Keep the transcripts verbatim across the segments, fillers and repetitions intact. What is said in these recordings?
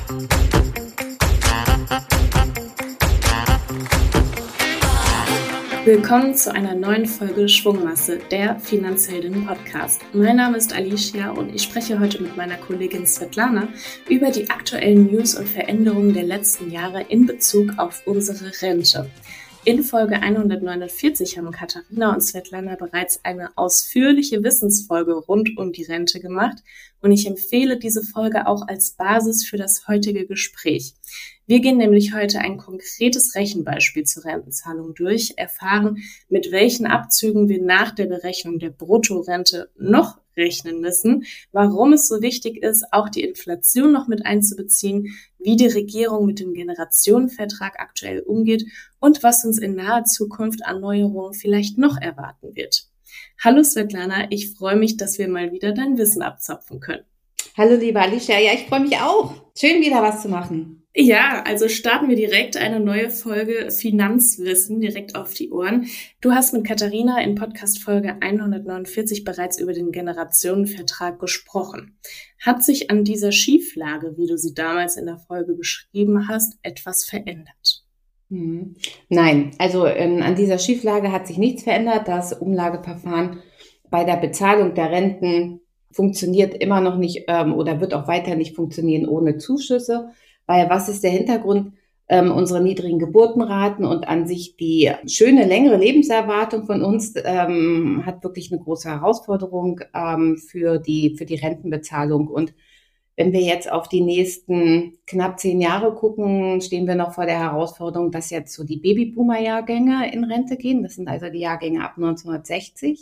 Willkommen zu einer neuen Folge Schwungmasse, der Finanzheldinnen-Podcast. Mein Name ist Alicia und ich spreche heute mit meiner Kollegin Svetlana über die aktuellen News und Veränderungen der letzten Jahre in Bezug auf unsere Rente. In Folge hundertneunundvierzig haben Katharina und Svetlana bereits eine ausführliche Wissensfolge rund um die Rente gemacht und ich empfehle diese Folge auch als Basis für das heutige Gespräch. Wir gehen nämlich heute ein konkretes Rechenbeispiel zur Rentenzahlung durch, erfahren, mit welchen Abzügen wir nach der Berechnung der Bruttorente noch rechnen müssen, warum es so wichtig ist, auch die Inflation noch mit einzubeziehen, wie die Regierung mit dem Generationenvertrag aktuell umgeht und was uns in naher Zukunft an Neuerungen vielleicht noch erwarten wird. Hallo Svetlana, ich freue mich, dass wir mal wieder dein Wissen abzapfen können. Hallo liebe Alicia, ja, ich freue mich auch. Schön wieder was zu machen. Ja, also starten wir direkt eine neue Folge Finanzwissen direkt auf die Ohren. Du hast mit Katharina in Podcast-Folge hundertneunundvierzig bereits über den Generationenvertrag gesprochen. Hat sich an dieser Schieflage, wie du sie damals in der Folge beschrieben hast, etwas verändert? Hm. Nein, also ähm, an dieser Schieflage hat sich nichts verändert. Das Umlageverfahren bei der Bezahlung der Renten funktioniert immer noch nicht ähm, oder wird auch weiter nicht funktionieren ohne Zuschüsse. Weil was ist der Hintergrund? Ähm, unsere niedrigen Geburtenraten und an sich die schöne, längere Lebenserwartung von uns ähm, hat wirklich eine große Herausforderung ähm, für die, für die Rentenbezahlung. Und wenn wir jetzt auf die nächsten knapp zehn Jahre gucken, stehen wir noch vor der Herausforderung, dass jetzt so die Babyboomer-Jahrgänge in Rente gehen. Das sind also die Jahrgänge ab neunzehnhundertsechzig.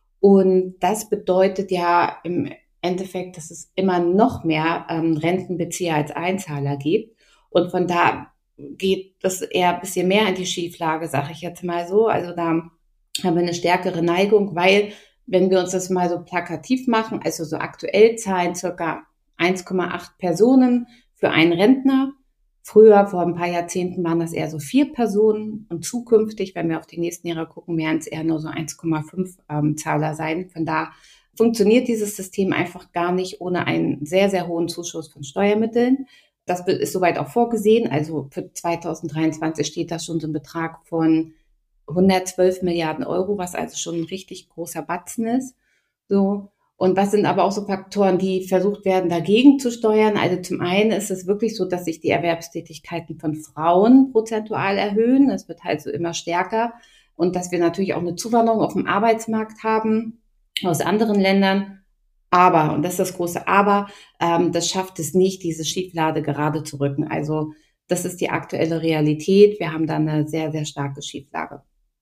Und das bedeutet ja im Endeffekt, dass es immer noch mehr ähm, Rentenbezieher als Einzahler gibt. Und von da geht das eher ein bisschen mehr in die Schieflage, sage ich jetzt mal so. Also da haben wir eine stärkere Neigung, weil, wenn wir uns das mal so plakativ machen, also so aktuell zahlen circa eins Komma acht Personen für einen Rentner. Früher, vor ein paar Jahrzehnten, waren das eher so vier Personen. Und zukünftig, wenn wir auf die nächsten Jahre gucken, werden es eher nur so eins Komma fünf ähm, Zahler sein. Von da funktioniert dieses System einfach gar nicht ohne einen sehr, sehr hohen Zuschuss von Steuermitteln. Das ist soweit auch vorgesehen. Also für zweitausenddreiundzwanzig steht da schon so ein Betrag von hundertzwölf Milliarden Euro, was also schon ein richtig großer Batzen ist. So. Und was sind aber auch so Faktoren, die versucht werden, dagegen zu steuern? Also zum einen ist es wirklich so, dass sich die Erwerbstätigkeiten von Frauen prozentual erhöhen. Das wird halt so immer stärker. Und dass wir natürlich auch eine Zuwanderung auf dem Arbeitsmarkt haben aus anderen Ländern. Aber, und das ist das große Aber, ähm, das schafft es nicht, diese Schieflage gerade zu rücken. Also das ist die aktuelle Realität. Wir haben da eine sehr, sehr starke Schieflage.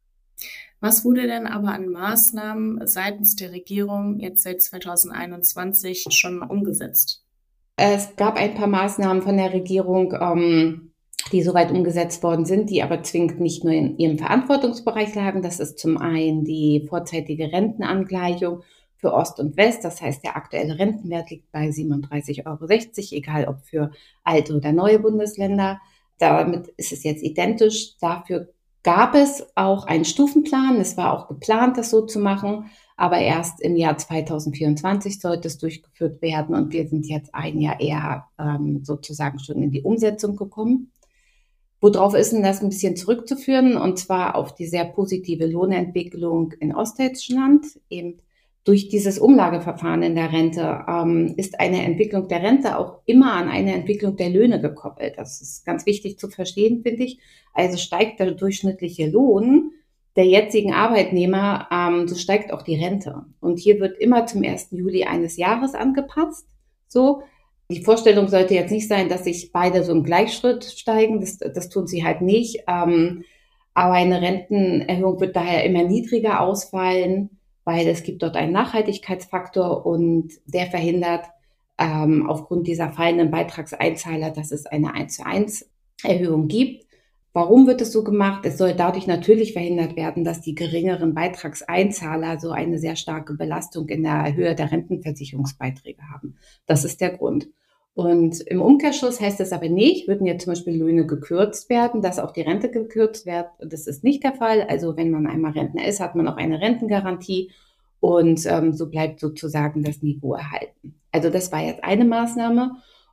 Was wurde denn aber an Maßnahmen seitens der Regierung jetzt seit zweitausendeinundzwanzig schon umgesetzt? Es gab ein paar Maßnahmen von der Regierung, ähm, die soweit umgesetzt worden sind, die aber zwingend nicht nur in ihrem Verantwortungsbereich lagen. Das ist zum einen die vorzeitige Rentenangleichung für Ost und West. Das heißt, der aktuelle Rentenwert liegt bei siebenunddreißig Euro sechzig, egal ob für alte oder neue Bundesländer. Damit ist es jetzt identisch. Dafür gab es auch einen Stufenplan. Es war auch geplant, das so zu machen. Aber erst im Jahr zweitausendvierundzwanzig sollte es durchgeführt werden. Und wir sind jetzt ein Jahr eher ähm, sozusagen schon in die Umsetzung gekommen. Worauf ist denn das ein bisschen zurückzuführen? Und zwar auf die sehr positive Lohnentwicklung in Ostdeutschland. Eben durch dieses Umlageverfahren in der Rente ähm, ist eine Entwicklung der Rente auch immer an eine Entwicklung der Löhne gekoppelt. Das ist ganz wichtig zu verstehen, finde ich. Also steigt der durchschnittliche Lohn der jetzigen Arbeitnehmer, ähm, so steigt auch die Rente. Und hier wird immer zum ersten Juli eines Jahres angepasst. So. Die Vorstellung sollte jetzt nicht sein, dass sich beide so im Gleichschritt steigen. Das, das tun sie halt nicht. Ähm, aber eine Rentenerhöhung wird daher immer niedriger ausfallen, weil es gibt dort einen Nachhaltigkeitsfaktor und der verhindert ähm, aufgrund dieser fallenden Beitragseinzahler, dass es eine eins zu eins Erhöhung gibt. Warum wird es so gemacht? Es soll dadurch natürlich verhindert werden, dass die geringeren Beitragseinzahler so eine sehr starke Belastung in der Höhe der Rentenversicherungsbeiträge haben. Das ist der Grund. Und im Umkehrschluss heißt es aber nicht, würden jetzt zum Beispiel Löhne gekürzt werden, dass auch die Rente gekürzt wird. Das ist nicht der Fall. Also wenn man einmal Rentner ist, hat man auch eine Rentengarantie und ähm, so bleibt sozusagen das Niveau erhalten. Also das war jetzt eine Maßnahme.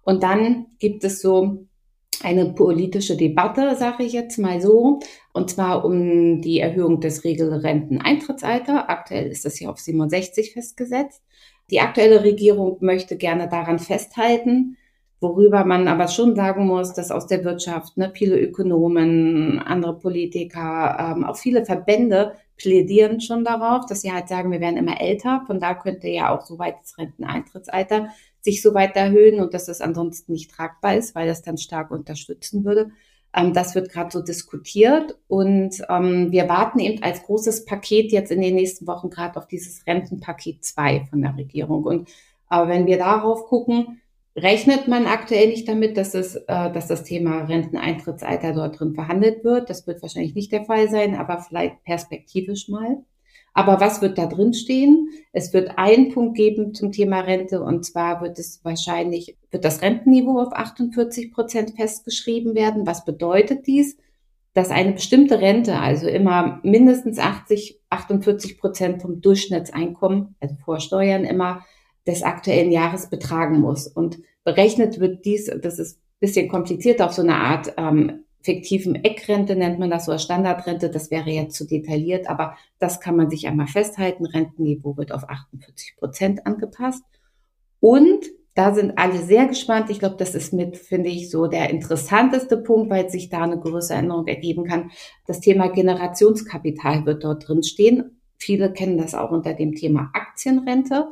Und dann gibt es so eine politische Debatte, sage ich jetzt mal so, und zwar um die Erhöhung des Regelrenteneintrittsalters. Aktuell ist das hier auf siebenundsechzig festgesetzt. Die aktuelle Regierung möchte gerne daran festhalten, worüber man aber schon sagen muss, dass aus der Wirtschaft, ne, viele Ökonomen, andere Politiker, ähm, auch viele Verbände plädieren schon darauf, dass sie halt sagen, wir werden immer älter. Von da könnte ja auch so weit das Renteneintrittsalter sich so weit erhöhen und dass das ansonsten nicht tragbar ist, weil das dann stark unterstützen würde. Ähm, das wird gerade so diskutiert und ähm, wir warten eben als großes Paket jetzt in den nächsten Wochen gerade auf dieses Rentenpaket zwei von der Regierung. Und aber wenn wir darauf gucken, rechnet man aktuell nicht damit, dass es, äh, dass das Thema Renteneintrittsalter dort drin verhandelt wird. Das wird wahrscheinlich nicht der Fall sein, aber vielleicht perspektivisch mal. Aber was wird da drin stehen? Es wird einen Punkt geben zum Thema Rente und zwar wird es wahrscheinlich, wird das Rentenniveau auf achtundvierzig Prozent festgeschrieben werden. Was bedeutet dies? Dass eine bestimmte Rente, also immer mindestens achtzig, achtundvierzig Prozent vom Durchschnittseinkommen, also vor Steuern immer des aktuellen Jahres betragen muss. Und berechnet wird dies, das ist ein bisschen kompliziert, auf so eine Art ähm, fiktiven Eckrente nennt man das, oder Standardrente, das wäre jetzt zu detailliert, aber das kann man sich einmal festhalten. Rentenniveau wird auf achtundvierzig Prozent angepasst. Und da sind alle sehr gespannt. Ich glaube, das ist mit, finde ich, so der interessanteste Punkt, weil sich da eine größere Änderung ergeben kann. Das Thema Generationskapital wird dort drin stehen. Viele kennen das auch unter dem Thema Aktienrente.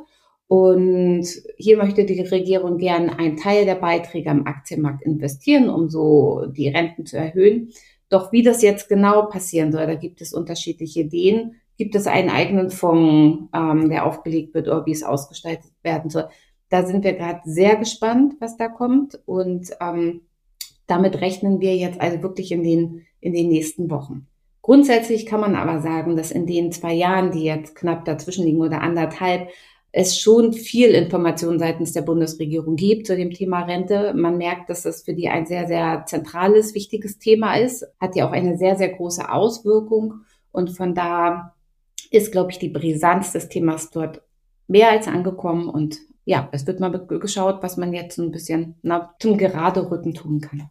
Und hier möchte die Regierung gerne einen Teil der Beiträge am Aktienmarkt investieren, um so die Renten zu erhöhen. Doch wie das jetzt genau passieren soll, da gibt es unterschiedliche Ideen. Gibt es einen eigenen Fonds, ähm, der aufgelegt wird, oder wie es ausgestaltet werden soll? Da sind wir gerade sehr gespannt, was da kommt. Und ähm, damit rechnen wir jetzt also wirklich in den, in den nächsten Wochen. Grundsätzlich kann man aber sagen, dass in den zwei Jahren, die jetzt knapp dazwischen liegen oder anderthalb, es schon viel Information seitens der Bundesregierung gibt zu dem Thema Rente. Man merkt, dass das für die ein sehr, sehr zentrales, wichtiges Thema ist, hat ja auch eine sehr, sehr große Auswirkung. Und von da ist, glaube ich, die Brisanz des Themas dort mehr als angekommen. Und ja, es wird mal geschaut, was man jetzt ein bisschen na, zum Geraderücken tun kann.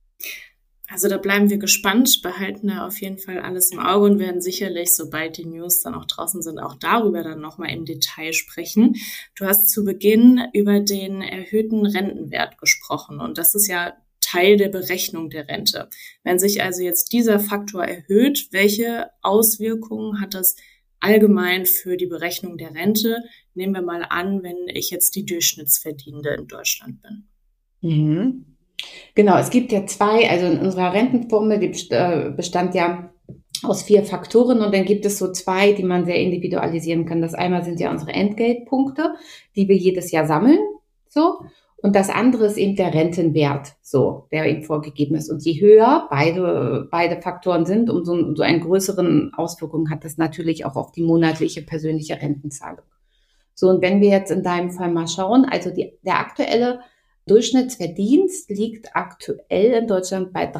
Also da bleiben wir gespannt, behalten da auf jeden Fall alles im Auge und werden sicherlich, sobald die News dann auch draußen sind, auch darüber dann nochmal im Detail sprechen. Du hast zu Beginn über den erhöhten Rentenwert gesprochen und das ist ja Teil der Berechnung der Rente. Wenn sich also jetzt dieser Faktor erhöht, welche Auswirkungen hat das allgemein für die Berechnung der Rente? Nehmen wir mal an, wenn ich jetzt die Durchschnittsverdienende in Deutschland bin. Mhm. Genau, es gibt ja zwei, also in unserer Rentenformel, die bestand ja aus vier Faktoren und dann gibt es so zwei, die man sehr individualisieren kann. Das einmal sind ja unsere Entgeltpunkte, die wir jedes Jahr sammeln, so. Und das andere ist eben der Rentenwert, so, der eben vorgegeben ist. Und je höher beide, beide Faktoren sind, umso, umso einen größeren Auswirkungen hat das natürlich auch auf die monatliche persönliche Rentenzahlung. So, und wenn wir jetzt in deinem Fall mal schauen, also die, der aktuelle Durchschnittsverdienst liegt aktuell in Deutschland bei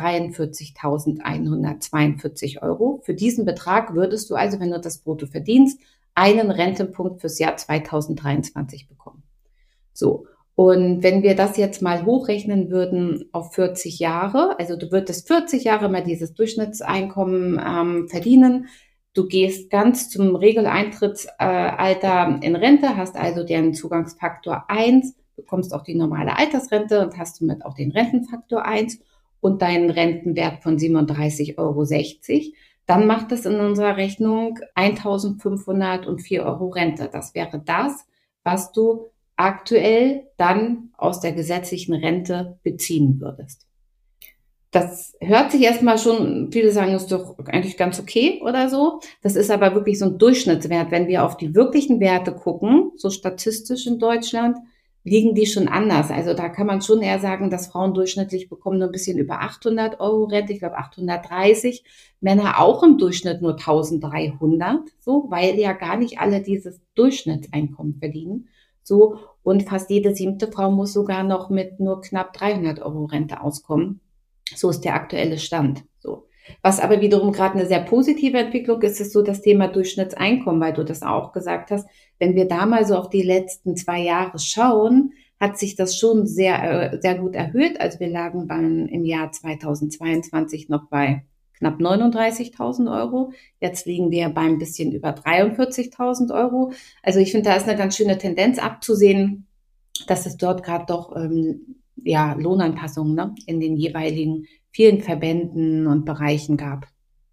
dreiundvierzigtausendeinhundertzweiundvierzig Euro. Für diesen Betrag würdest du also, wenn du das brutto verdienst, einen Rentenpunkt fürs Jahr zweitausenddreiundzwanzig bekommen. So. Und wenn wir das jetzt mal hochrechnen würden auf vierzig Jahre, also du würdest vierzig Jahre mal dieses Durchschnittseinkommen ähm, verdienen, du gehst ganz zum Regeleintrittsalter in Rente, hast also deren Zugangsfaktor eins, bekommst auch die normale Altersrente und hast somit auch den Rentenfaktor eins und deinen Rentenwert von siebenunddreißig Euro sechzig, dann macht das in unserer Rechnung eintausendfünfhundertvier Euro Rente. Das wäre das, was du aktuell dann aus der gesetzlichen Rente beziehen würdest. Das hört sich erstmal schon, viele sagen, ist doch eigentlich ganz okay oder so. Das ist aber wirklich so ein Durchschnittswert. Wenn wir auf die wirklichen Werte gucken, so statistisch in Deutschland, liegen die schon anders. Also da kann man schon eher sagen, dass Frauen durchschnittlich bekommen nur ein bisschen über achthundert Euro Rente, ich glaube achthundertdreißig, Männer auch im Durchschnitt nur eintausenddreihundert, so, weil ja gar nicht alle dieses Durchschnittseinkommen verdienen. So, und fast jede siebte Frau muss sogar noch mit nur knapp dreihundert Euro Rente auskommen. So ist der aktuelle Stand. So. Was aber wiederum gerade eine sehr positive Entwicklung ist, ist so das Thema Durchschnittseinkommen, weil du das auch gesagt hast. Wenn wir da mal so auf die letzten zwei Jahre schauen, hat sich das schon sehr, sehr gut erhöht. Also wir lagen beim, im Jahr zweitausendzweiundzwanzig noch bei knapp neununddreißigtausend Euro. Jetzt liegen wir bei ein bisschen über dreiundvierzigtausend Euro. Also ich finde, da ist eine ganz schöne Tendenz abzusehen, dass es dort gerade doch ähm, ja, Lohnanpassungen, ne, in den jeweiligen vielen Verbänden und Bereichen gab.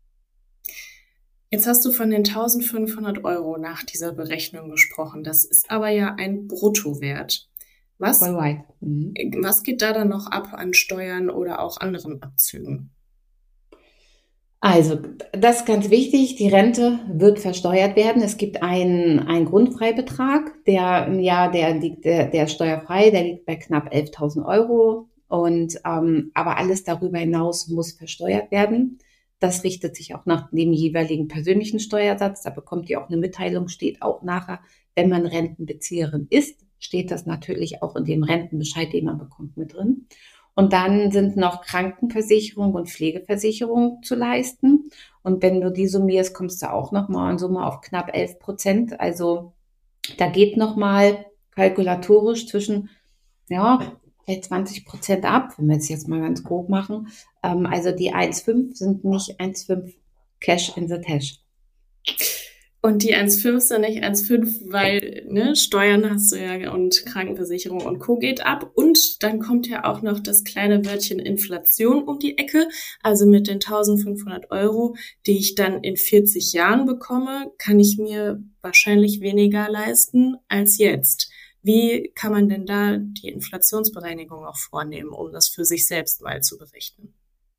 Jetzt hast du von den eintausendfünfhundert Euro nach dieser Berechnung gesprochen. Das ist aber ja ein Bruttowert. Was, mhm. was geht da dann noch ab an Steuern oder auch anderen Abzügen? Also, das ist ganz wichtig. Die Rente wird versteuert werden. Es gibt einen, einen Grundfreibetrag, der im Jahr, der liegt, der, der ist steuerfrei, der liegt bei knapp elftausend Euro. Und, ähm, aber alles darüber hinaus muss versteuert werden. Das richtet sich auch nach dem jeweiligen persönlichen Steuersatz. Da bekommt ihr auch eine Mitteilung, steht auch nachher, wenn man Rentenbezieherin ist, steht das natürlich auch in dem Rentenbescheid, den man bekommt, mit drin. Und dann sind noch Krankenversicherung und Pflegeversicherung zu leisten. Und wenn du die summierst, kommst du auch nochmal in Summe auf knapp elf Prozent. Also da geht nochmal kalkulatorisch zwischen, ja, zwanzig Prozent ab, wenn wir es jetzt mal ganz grob machen. Also die eins Komma fünf sind nicht eins Komma fünf Cash in the Tash. Und die eins Komma fünf sind nicht eins Komma fünf, weil ne, Steuern hast du ja und Krankenversicherung und Co. geht ab. Und dann kommt ja auch noch das kleine Wörtchen Inflation um die Ecke. Also mit den eintausendfünfhundert Euro, die ich dann in vierzig Jahren bekomme, kann ich mir wahrscheinlich weniger leisten als jetzt. Wie kann man denn da die Inflationsbereinigung auch vornehmen, um das für sich selbst mal zu berechnen?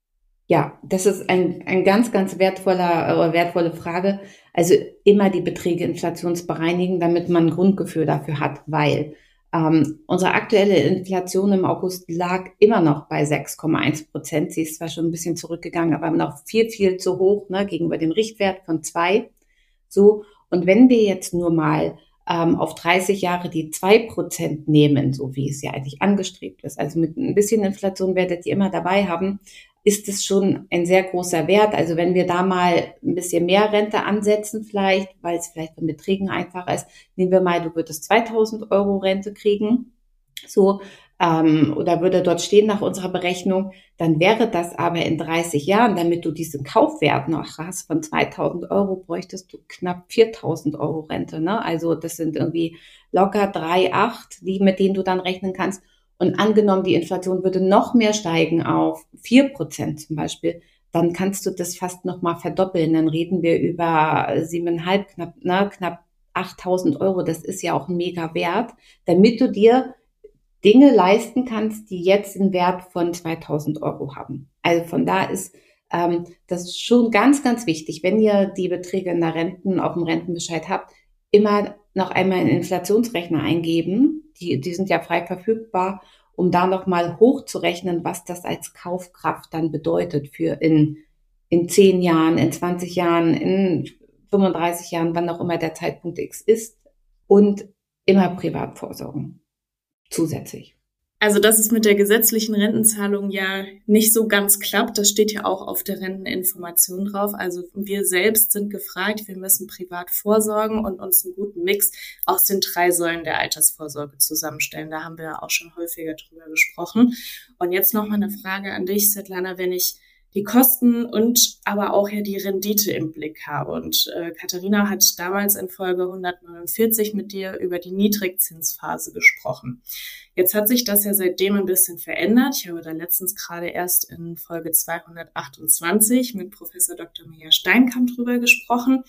Ja, das ist ein, ein ganz, ganz wertvoller, äh, wertvolle Frage. Also immer die Beträge inflationsbereinigen, damit man ein Grundgefühl dafür hat, weil ähm, unsere aktuelle Inflation im August lag immer noch bei sechs Komma eins Prozent. Sie ist zwar schon ein bisschen zurückgegangen, aber noch viel, viel zu hoch, ne, gegenüber dem Richtwert von zwei. So, und wenn wir jetzt nur mal ähm, auf dreißig Jahre die zwei Prozent nehmen, so wie es ja eigentlich angestrebt ist, also mit ein bisschen Inflation werdet ihr immer dabei haben, ist es schon ein sehr großer Wert. Also wenn wir da mal ein bisschen mehr Rente ansetzen vielleicht, weil es vielleicht von Beträgen einfacher ist, nehmen wir mal, du würdest zweitausend Euro Rente kriegen, so, ähm, oder würde dort stehen nach unserer Berechnung, dann wäre das aber in dreißig Jahren, damit du diesen Kaufwert noch hast von zweitausend Euro, bräuchtest du knapp viertausend Euro Rente, ne? Also das sind irgendwie locker drei Komma acht, die, mit denen du dann rechnen kannst. Und angenommen, die Inflation würde noch mehr steigen auf vier Prozent zum Beispiel, dann kannst du das fast noch mal verdoppeln. Dann reden wir über siebeneinhalb, knapp, ne, knapp achttausend Euro. Das ist ja auch ein mega Wert, damit du dir Dinge leisten kannst, die jetzt einen Wert von zweitausend Euro haben. Also von da ist ähm, das schon ganz, ganz wichtig, wenn ihr die Beträge in der Renten, auf dem Rentenbescheid habt, immer noch einmal einen Inflationsrechner eingeben. Die, die sind ja frei verfügbar, um da nochmal hochzurechnen, was das als Kaufkraft dann bedeutet für in, in zehn Jahren, in zwanzig Jahren, in fünfunddreißig Jahren, wann auch immer der Zeitpunkt X ist, und immer privat vorsorgen. Zusätzlich. Also, dass es mit der gesetzlichen Rentenzahlung ja nicht so ganz klappt, das steht ja auch auf der Renteninformation drauf. Also wir selbst sind gefragt, wir müssen privat vorsorgen und uns einen guten Mix aus den drei Säulen der Altersvorsorge zusammenstellen. Da haben wir ja auch schon häufiger drüber gesprochen. Und jetzt nochmal eine Frage an dich, Svetlana, wenn ich die Kosten und aber auch ja die Rendite im Blick habe. Und äh, Katharina hat damals in Folge hundertneunundvierzig mit dir über die Niedrigzinsphase gesprochen. Jetzt hat sich das ja seitdem ein bisschen verändert. Ich habe da letztens gerade erst in Folge zweihundertachtundzwanzig mit Professor Doktor Mirja Steinkamp drüber gesprochen.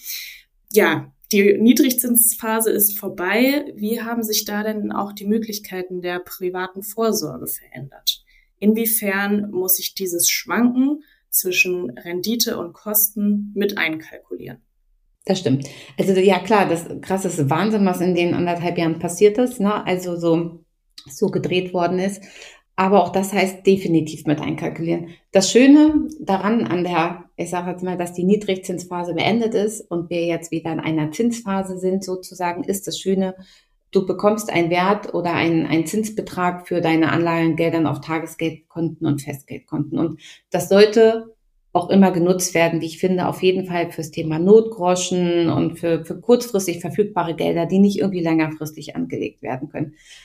Ja, die Niedrigzinsphase ist vorbei. Wie haben sich da denn auch die Möglichkeiten der privaten Vorsorge verändert? Inwiefern muss ich dieses Schwanken zwischen Rendite und Kosten mit einkalkulieren? Das stimmt. Also ja klar, das krass ist Wahnsinn, was in den anderthalb Jahren passiert ist, ne? Also so, so gedreht worden ist. Aber auch das heißt definitiv mit einkalkulieren. Das Schöne daran an der, ich sage jetzt mal, dass die Niedrigzinsphase beendet ist und wir jetzt wieder in einer Zinsphase sind sozusagen, ist das Schöne, du bekommst einen Wert oder einen, einen Zinsbetrag für deine Anlagegeldern auf Tagesgeldkonten und Festgeldkonten. Und das sollte auch immer genutzt werden, wie ich finde, auf jeden Fall fürs Thema Notgroschen und für, für kurzfristig verfügbare Gelder, die nicht irgendwie längerfristig angelegt werden können.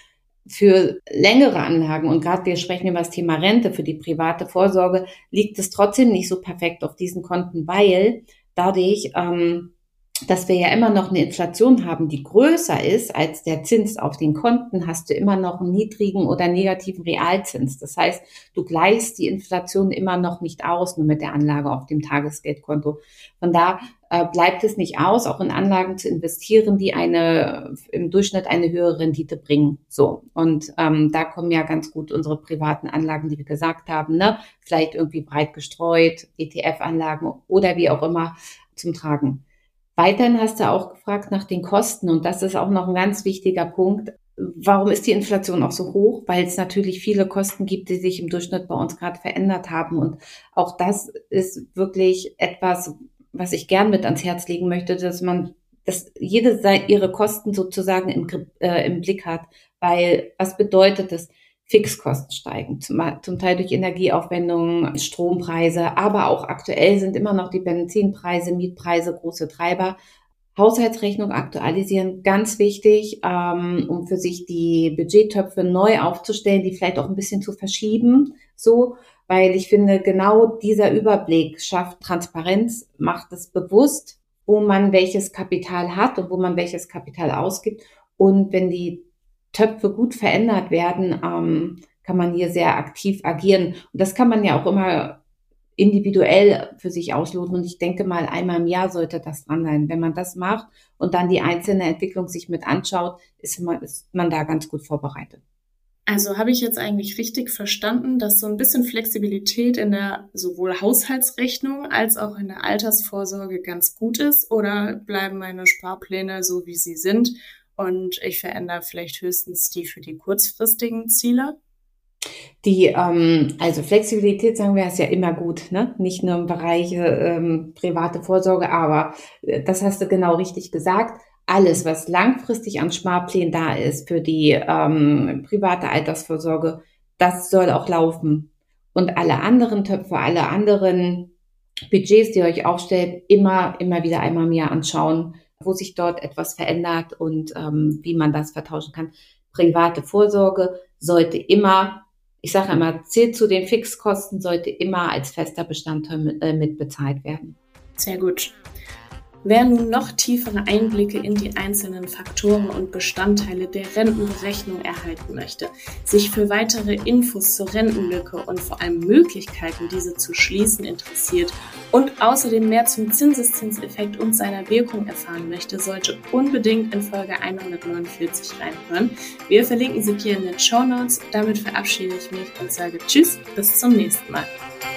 für längere Anlagen, und gerade wir sprechen über das Thema Rente, für die private Vorsorge, liegt es trotzdem nicht so perfekt auf diesen Konten, weil dadurch, ähm, dass wir ja immer noch eine Inflation haben, die größer ist als der Zins auf den Konten, hast du immer noch einen niedrigen oder negativen Realzins. Das heißt, du gleichst die Inflation immer noch nicht aus, nur mit der Anlage auf dem Tagesgeldkonto. Von da äh, bleibt es nicht aus, auch in Anlagen zu investieren, die eine im Durchschnitt eine höhere Rendite bringen. So, und ähm, da kommen ja ganz gut unsere privaten Anlagen, die wir gesagt haben, ne, vielleicht irgendwie breit gestreut, E T F-Anlagen oder wie auch immer zum Tragen. Weiterhin hast du auch gefragt nach den Kosten, und das ist auch noch ein ganz wichtiger Punkt. Warum ist die Inflation auch so hoch? Weil es natürlich viele Kosten gibt, die sich im Durchschnitt bei uns gerade verändert haben, und auch das ist wirklich etwas, was ich gern mit ans Herz legen möchte, dass man, dass jede ihre Kosten sozusagen im, äh, im Blick hat, weil was bedeutet das? Fixkosten steigen, zum, zum Teil durch Energieaufwendungen, Strompreise, aber auch aktuell sind immer noch die Benzinpreise, Mietpreise große Treiber. Haushaltsrechnung aktualisieren, ganz wichtig, ähm, um für sich die Budgettöpfe neu aufzustellen, die vielleicht auch ein bisschen zu verschieben, so, weil ich finde, genau dieser Überblick schafft Transparenz, macht es bewusst, wo man welches Kapital hat und wo man welches Kapital ausgibt. Und wenn die Töpfe gut verändert werden, ähm, kann man hier sehr aktiv agieren. Und das kann man ja auch immer individuell für sich ausloten. Und ich denke mal, einmal im Jahr sollte das dran sein. Wenn man das macht und dann die einzelne Entwicklung sich mit anschaut, ist man, ist man da ganz gut vorbereitet. Also habe ich jetzt eigentlich richtig verstanden, dass so ein bisschen Flexibilität in der sowohl Haushaltsrechnung als auch in der Altersvorsorge ganz gut ist? Oder bleiben meine Sparpläne so, wie sie sind, und ich verändere vielleicht höchstens die für die kurzfristigen Ziele? Die, ähm, also Flexibilität, sagen wir, ist ja immer gut, ne? Nicht nur im Bereich ähm, private Vorsorge, aber äh, das hast du genau richtig gesagt. Alles, was langfristig an Sparplänen da ist für die ähm, private Altersvorsorge, das soll auch laufen. Und alle anderen Töpfe, alle anderen Budgets, die ihr euch aufstellt, immer, immer wieder einmal im Jahr anschauen, wo sich dort etwas verändert und ähm, wie man das vertauschen kann. Private Vorsorge sollte immer, ich sage immer, zählt zu den Fixkosten, sollte immer als fester Bestandteil mit, äh, mit bezahlt werden. Sehr gut. Wer nun noch tiefere Einblicke in die einzelnen Faktoren und Bestandteile der Rentenberechnung erhalten möchte, sich für weitere Infos zur Rentenlücke und vor allem Möglichkeiten, diese zu schließen, interessiert und außerdem mehr zum Zinseszinseffekt und seiner Wirkung erfahren möchte, sollte unbedingt in Folge hundertneunundvierzig reinhören. Wir verlinken sie hier in den Shownotes. Damit verabschiede ich mich und sage Tschüss, bis zum nächsten Mal.